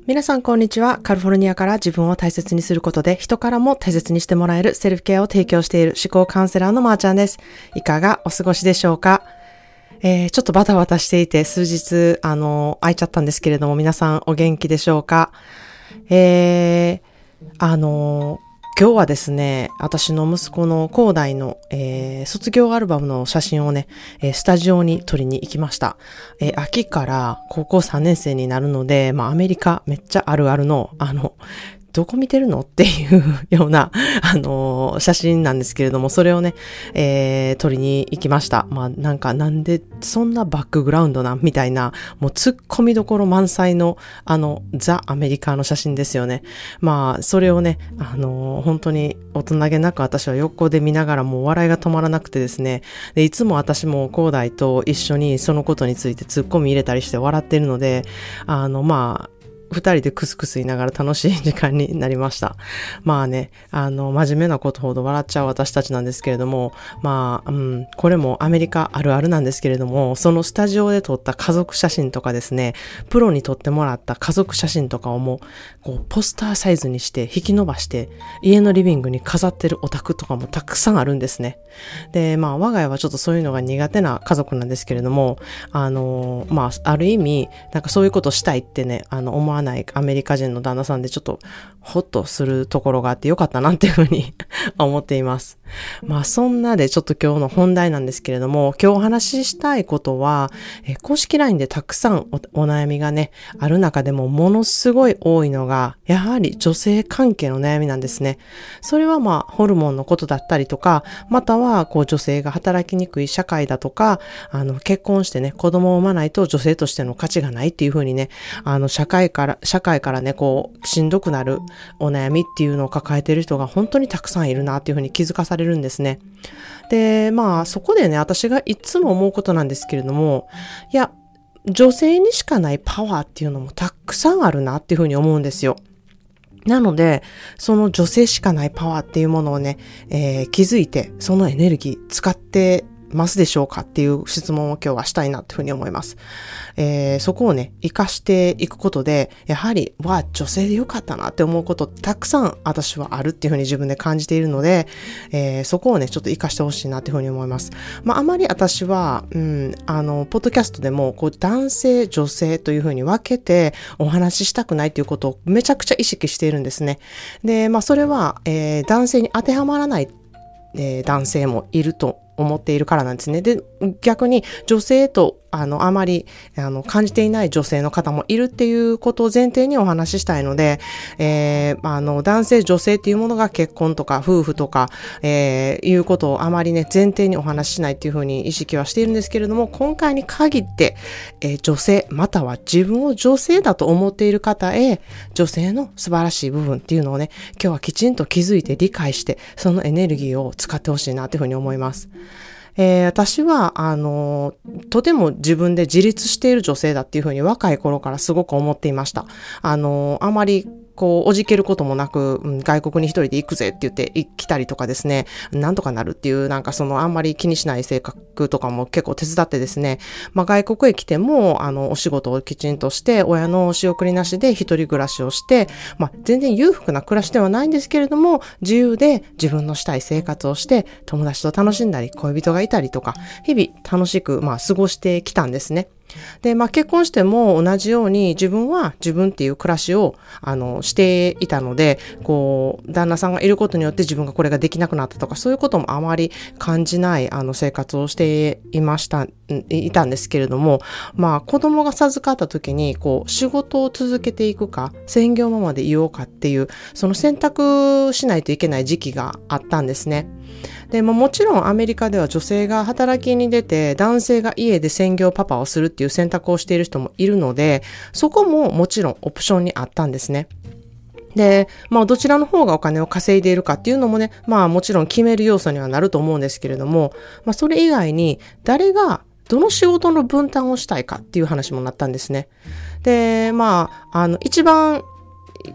皆さんこんにちは。カリフォルニアから自分を大切にすることで人からも大切にしてもらえるセルフケアを提供している思考カウンセラーのまーちゃんです。いかがお過ごしでしょうか？ちょっとバタバタしていて数日空いちゃったんですけれども、皆さんお元気でしょうか？今日はですね、私の息子の高大の、卒業アルバムの写真をね、スタジオに撮りに行きました。秋から高校3年生になるので、アメリカめっちゃあるあるの、どこ見てるのっていうような、写真なんですけれども、それをね、撮りに行きました。なんでそんなバックグラウンドなんみたいな、もう突っ込みどころ満載の、ザ・アメリカの写真ですよね。それをね、本当に大人げなく私は横で見ながらもう笑いが止まらなくてですね。で、いつも私も高大と一緒にそのことについて突っ込み入れたりして笑ってるので、二人でクスクス言いながら楽しい時間になりました。真面目なことほど笑っちゃう私たちなんですけれども、これもアメリカあるあるなんですけれども、そのスタジオで撮った家族写真とかですね、プロに撮ってもらった家族写真とかをもう、ポスターサイズにして引き伸ばして、家のリビングに飾ってるお宅とかもたくさんあるんですね。で、我が家はちょっとそういうのが苦手な家族なんですけれども、ある意味、そういうことしたいってね、思わないアメリカ人の旦那さんでちょっとホッとするところがあってよかったなっていうふうに思っています。そんなでちょっと今日の本題なんですけれども、今日お話ししたいことは、公式 LINE でたくさんお悩みがね、ある中でもものすごい多いのが、やはり女性関係の悩みなんですね。それはホルモンのことだったりとか、または女性が働きにくい社会だとか、結婚してね、子供を産まないと女性としての価値がないっていうふうにね、社会からね、しんどくなるお悩みっていうのを抱えている人が本当にたくさんいるなっていうふうに気づかされるんですね。で、そこでね、私がいつも思うことなんですけれども、いや、女性にしかないパワーっていうのもたくさんあるなっていうふうに思うんですよ。なので、その女性しかないパワーっていうものをね、気づいて、そのエネルギー使ってますでしょうかっていう質問を今日はしたいなっていうふうに思います。そこをね、活かしていくことで、やはり、女性でよかったなって思うことたくさん私はあるっていうふうに自分で感じているので、そこをね、ちょっと活かしてほしいなっていうふうに思います。あまり私は、ポッドキャストでも、男性、女性というふうに分けてお話ししたくないっていうことをめちゃくちゃ意識しているんですね。で、それは、男性に当てはまらない、男性もいると思っているからなんですね。で、逆に女性とあまり感じていない女性の方もいるっていうことを前提にお話ししたいので、男性女性っていうものが結婚とか夫婦とか、いうことをあまりね前提にお話ししないっていうふうに意識はしているんですけれども、今回に限って、女性または自分を女性だと思っている方へ女性の素晴らしい部分っていうのをね、今日はきちんと気づいて理解してそのエネルギーを使ってほしいなというふうに思います。私は、とても自分で自立している女性だっていうふうに若い頃からすごく思っていました。あまりおじけることもなく、外国に一人で行くぜって言って来たりとかですね、なんとかなるっていう、あんまり気にしない性格とかも結構手伝ってですね、外国へ来ても、お仕事をきちんとして、親の仕送りなしで一人暮らしをして、全然裕福な暮らしではないんですけれども、自由で自分のしたい生活をして、友達と楽しんだり、恋人がいたりとか、日々楽しく、過ごしてきたんですね。で、結婚しても同じように自分は自分っていう暮らしを、していたので、旦那さんがいることによって自分がこれができなくなったとか、そういうこともあまり感じない、生活をしていたんですけれども、子供が授かった時に、仕事を続けていくか、専業ママでいようかっていう、その選択しないといけない時期があったんですね。で、もちろんアメリカでは女性が働きに出て男性が家で専業パパをするっていう選択をしている人もいるので、そこももちろんオプションにあったんですね。で、どちらの方がお金を稼いでいるかっていうのもね、もちろん決める要素にはなると思うんですけれども、それ以外に誰がどの仕事の分担をしたいかっていう話もなったんですね。で、一番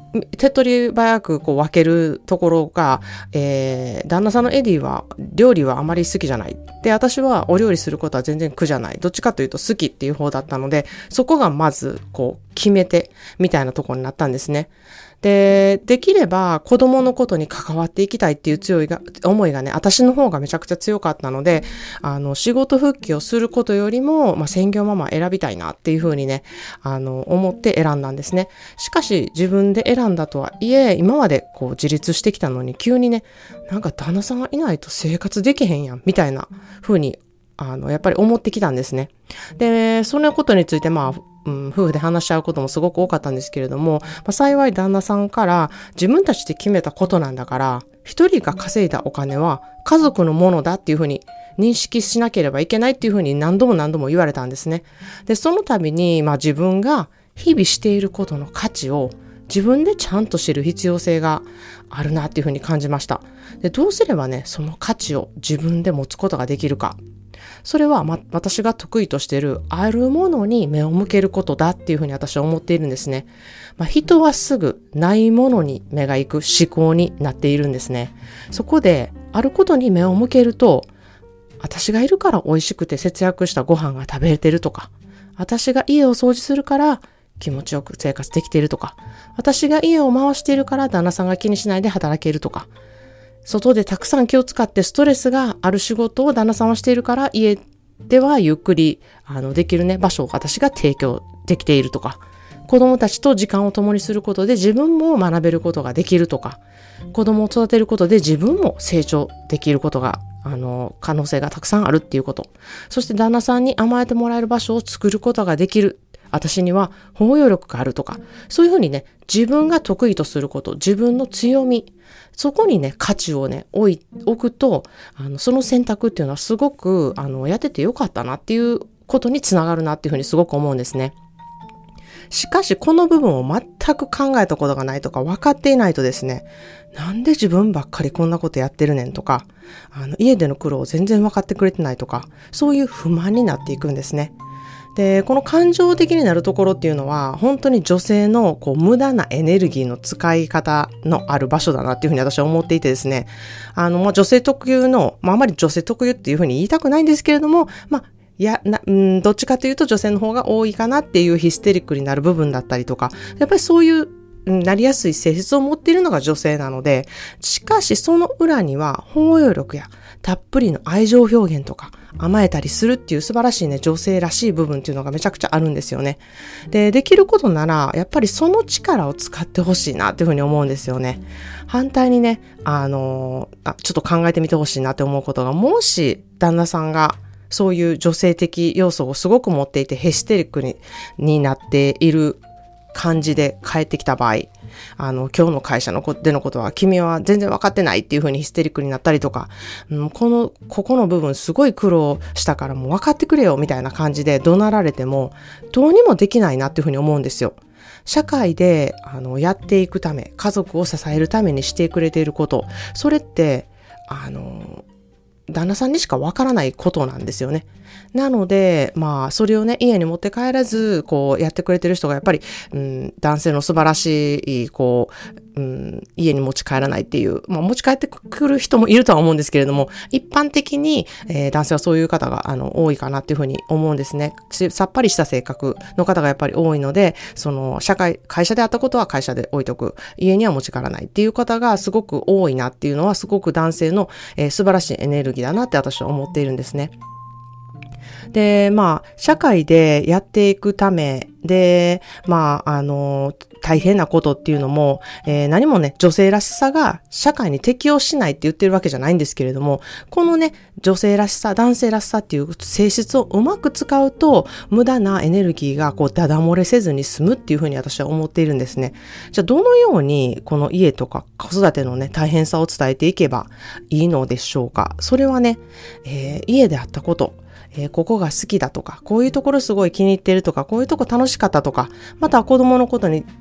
手っ取り早くこう分けるところが、旦那さんのエディは料理はあまり好きじゃない。で、私はお料理することは全然苦じゃない。どっちかというと好きっていう方だったので、そこがまずこう決め手みたいなところになったんですね。で、できれば子供のことに関わっていきたいっていう強い思いがね、私の方がめちゃくちゃ強かったので、仕事復帰をすることよりも、専業ママ選びたいなっていうふうにね、思って選んだんですね。しかし、自分で選んだとはいえ、今までこう自立してきたのに、急にね、なんか旦那さんがいないと生活できへんやん、みたいなふうに、やっぱり思ってきたんですね。で、そのことについて、夫婦で話し合うこともすごく多かったんですけれども、幸い旦那さんから自分たちで決めたことなんだから、一人が稼いだお金は家族のものだっていうふうに認識しなければいけないっていうふうに何度も言われたんですね。で、その度に、自分が日々していることの価値を自分でちゃんと知る必要性があるなっていうふうに感じました。で、どうすればね、その価値を自分で持つことができるか。それは、私が得意としているあるものに目を向けることだっていうふうに私は思っているんですね。人はすぐないものに目が行く思考になっているんですね。そこであることに目を向けると、私がいるから美味しくて節約したご飯が食べれてるとか、私が家を掃除するから気持ちよく生活できているとか、私が家を回しているから旦那さんが気にしないで働けるとか、外でたくさん気を使ってストレスがある仕事を旦那さんはしているから家ではゆっくりできるね場所を私が提供できているとか、子供たちと時間を共にすることで自分も学べることができるとか、子供を育てることで自分も成長できることが可能性がたくさんあるっていうこと、そして旦那さんに甘えてもらえる場所を作ることができる、私には包容力があるとか、そういうふうにね、自分が得意とすること、自分の強み、そこにね、価値をね、置くと、その選択っていうのはすごく、やっててよかったなっていうことにつながるなっていうふうにすごく思うんですね。しかし、この部分を全く考えたことがないとか分かっていないとですね、なんで自分ばっかりこんなことやってるねんとか、家での苦労を全然分かってくれてないとか、そういう不満になっていくんですね。で、この感情的になるところっていうのは、本当に女性のこう無駄なエネルギーの使い方のある場所だなっていうふうに私は思っていてですね、女性特有の、あまり女性特有っていうふうに言いたくないんですけれども、どっちかというと女性の方が多いかなっていうヒステリックになる部分だったりとか、やっぱりそういうなりやすい性質を持っているのが女性なので、しかしその裏には包容力やたっぷりの愛情表現とか甘えたりするっていう素晴らしいね、女性らしい部分っていうのがめちゃくちゃあるんですよね。で、できることならやっぱりその力を使ってほしいなっていうふうに思うんですよね。反対にね、ちょっと考えてみてほしいなって思うことが、もし旦那さんがそういう女性的要素をすごく持っていてヒステリックになっている感じで帰ってきた場合、今日の会社でのことは君は全然分かってないっていう風にヒステリックになったりとか、ここの部分すごい苦労したからもう分かってくれよみたいな感じで怒鳴られてもどうにもできないなっていう風に思うんですよ。社会でやっていくため、家族を支えるためにしてくれていること、それって旦那さんにしかわからないことなんですよね。なので、それをね、家に持って帰らず、やってくれてる人がやっぱり、男性の素晴らしい、家に持ち帰らないっていう、持ち帰ってくる人もいるとは思うんですけれども、一般的に、男性はそういう方が、多いかなっていうふうに思うんですね。さっぱりした性格の方がやっぱり多いので、会社であったことは会社で置いとく。家には持ち帰らないっていう方がすごく多いなっていうのは、すごく男性の、素晴らしいエネルギーだなって私は思っているんですね。で、社会でやっていくためで、大変なことっていうのも、何もね、女性らしさが社会に適応しないって言ってるわけじゃないんですけれども、このね、女性らしさ、男性らしさっていう性質をうまく使うと、無駄なエネルギーがダダ漏れせずに済むっていうふうに私は思っているんですね。じゃあ、どのようにこの家とか子育てのね、大変さを伝えていけばいいのでしょうか。それはね、家であったこと、ここが好きだとか、こういうところすごい気に入ってるとか、こういうとこ楽しかったとか、または子供のことに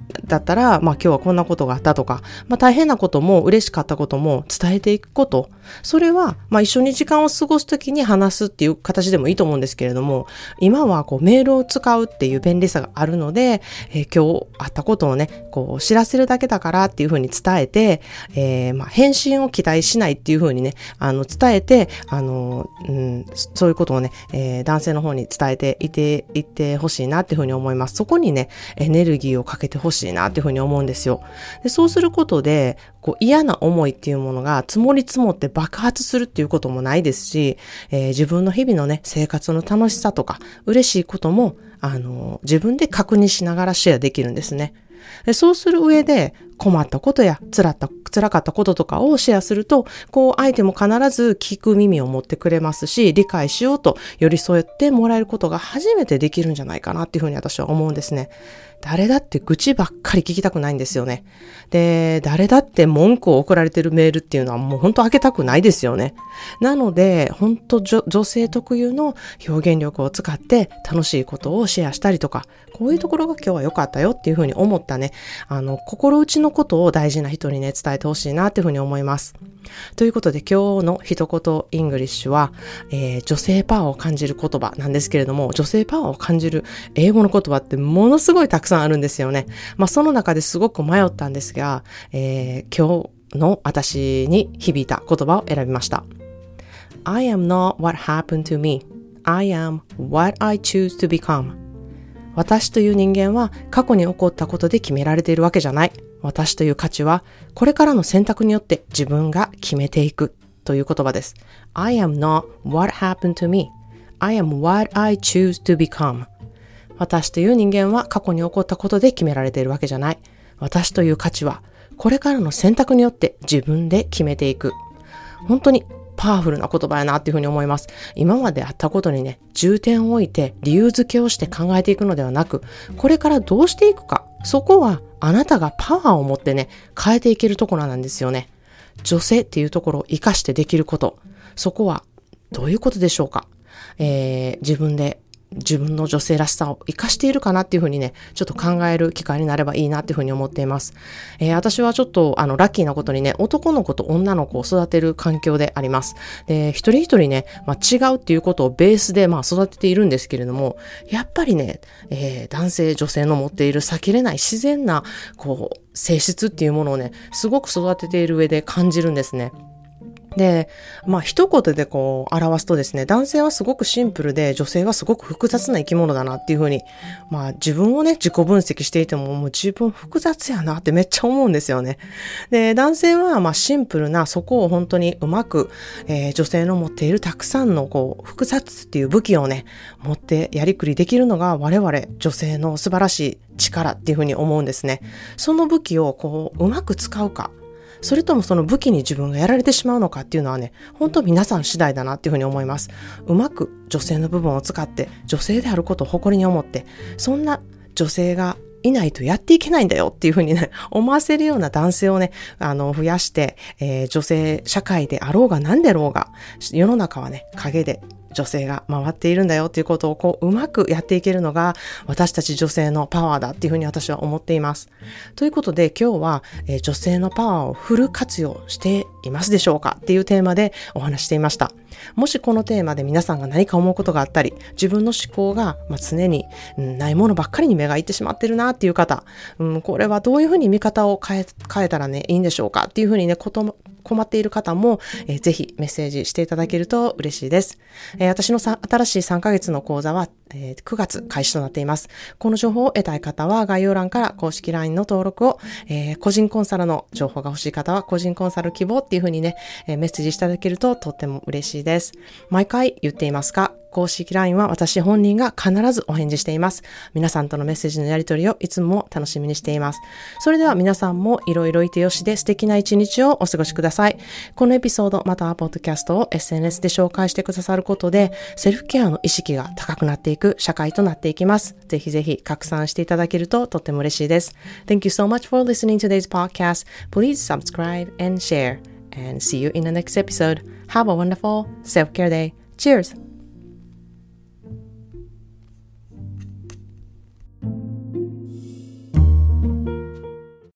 だったら、今日はこんなことがあったとか、大変なことも嬉しかったことも伝えていくこと。それは、一緒に時間を過ごすときに話すっていう形でもいいと思うんですけれども、今はメールを使うっていう便利さがあるので、今日あったことをね、知らせるだけだからっていうふうに伝えて、返信を期待しないっていうふうにね、伝えて、そういうことをね、男性の方に伝えていってほしいなっていうふうに思います。そこにね、エネルギーをかけてほしいなっていうふうに思うんですよ。で、そうすることで、嫌な思いっていうものが積もり積もって爆発するっていうこともないですし、自分の日々のね、生活の楽しさとか、嬉しいことも、自分で確認しながらシェアできるんですね。で、そうする上で、困ったことや辛かったこととかをシェアすると、相手も必ず聞く耳を持ってくれますし、理解しようと寄り添ってもらえることが初めてできるんじゃないかなっていうふうに私は思うんですね。誰だって愚痴ばっかり聞きたくないんですよね。で、誰だって文句を送られてるメールっていうのはもう本当開けたくないですよね。なので、本当女性特有の表現力を使って楽しいことをシェアしたりとか、こういうところが今日は良かったよっていうふうに思ったね、心打ちのことを大事な人にね、伝えてほしいなっていうふうに思います。ということで今日の一言イングリッシュは、女性パワーを感じる言葉なんですけれども、女性パワーを感じる英語の言葉ってものすごいたくさんあるんですよね。その中ですごく迷ったんですが、今日の私に響いた言葉を選びました。I am not what happened to me. I am what I choose to become. 私という人間は過去に起こったことで決められているわけじゃない。私という価値はこれからの選択によって自分が決めていくという言葉です。I am not what happened to me. I am what I choose to become. 私という人間は過去に起こったことで決められているわけじゃない。私という価値はこれからの選択によって自分で決めていく。本当にパワフルな言葉やなっていうふうに思います。今まであったことにね、重点を置いて理由付けをして考えていくのではなく、これからどうしていくか、そこはあなたがパワーを持ってね、変えていけるところなんですよね。女性っていうところを活かしてできること、そこはどういうことでしょうか。自分の女性らしさを活かしているかなっていうふうにね、ちょっと考える機会になればいいなっていうふうに思っています。私はちょっとラッキーなことにね、男の子と女の子を育てる環境であります。で、一人一人ね、違うっていうことをベースで育てているんですけれども、やっぱりね、男性女性の持っている避けれない自然な性質っていうものをね、すごく育てている上で感じるんですね。で、一言で表すとですね、男性はすごくシンプルで、女性はすごく複雑な生き物だなっていうふうに、自分をね、自己分析していても、もう自分複雑やなってめっちゃ思うんですよね。で、男性はシンプルな、そこを本当にうまく、女性の持っているたくさんの複雑っていう武器をね、持ってやりくりできるのが我々女性の素晴らしい力っていうふうに思うんですね。その武器をうまく使うか、それともその武器に自分がやられてしまうのかっていうのはね、本当皆さん次第だなっていうふうに思います。うまく女性の部分を使って女性であることを誇りに思って、そんな女性がいないとやっていけないんだよっていうふうにね、思わせるような男性をね、増やして、女性社会であろうが何であろうが、世の中はね、陰で女性が回っているんだよっていうことをうまくやっていけるのが私たち女性のパワーだっていうふうに私は思っています。ということで今日は、女性のパワーをフル活用していますでしょうかっていうテーマでお話していました。もしこのテーマで皆さんが何か思うことがあったり、自分の思考が常にないものばっかりに目がいってしまってるなっていう方、これはどういうふうに見方を変えたらね、いいんでしょうかっていうふうにね、困っている方も、ぜひメッセージしていただけると嬉しいです。私の新しい3ヶ月の講座は、9月開始となっています。この情報を得たい方は概要欄から公式 LINE の登録を、個人コンサルの情報が欲しい方は個人コンサル希望っていう風にね、メッセージしていただけるととっても嬉しいです。毎回言っていますが、公式 LINE は私本人が必ずお返事しています。皆さんとのメッセージのやり取りをいつも楽しみにしています。それでは皆さんもいろいろいてよしで素敵な一日をお過ごしください。このエピソードまたはポッドキャストを SNS で紹介してくださることでセルフケアの意識が高くなっていく社会となっていきます。ぜひぜひ拡散していただけるととっても嬉しいです。Thank you so much for listening to today's podcast. Please subscribe and share. And see you in the next episode. Have a wonderful self-care day. Cheers!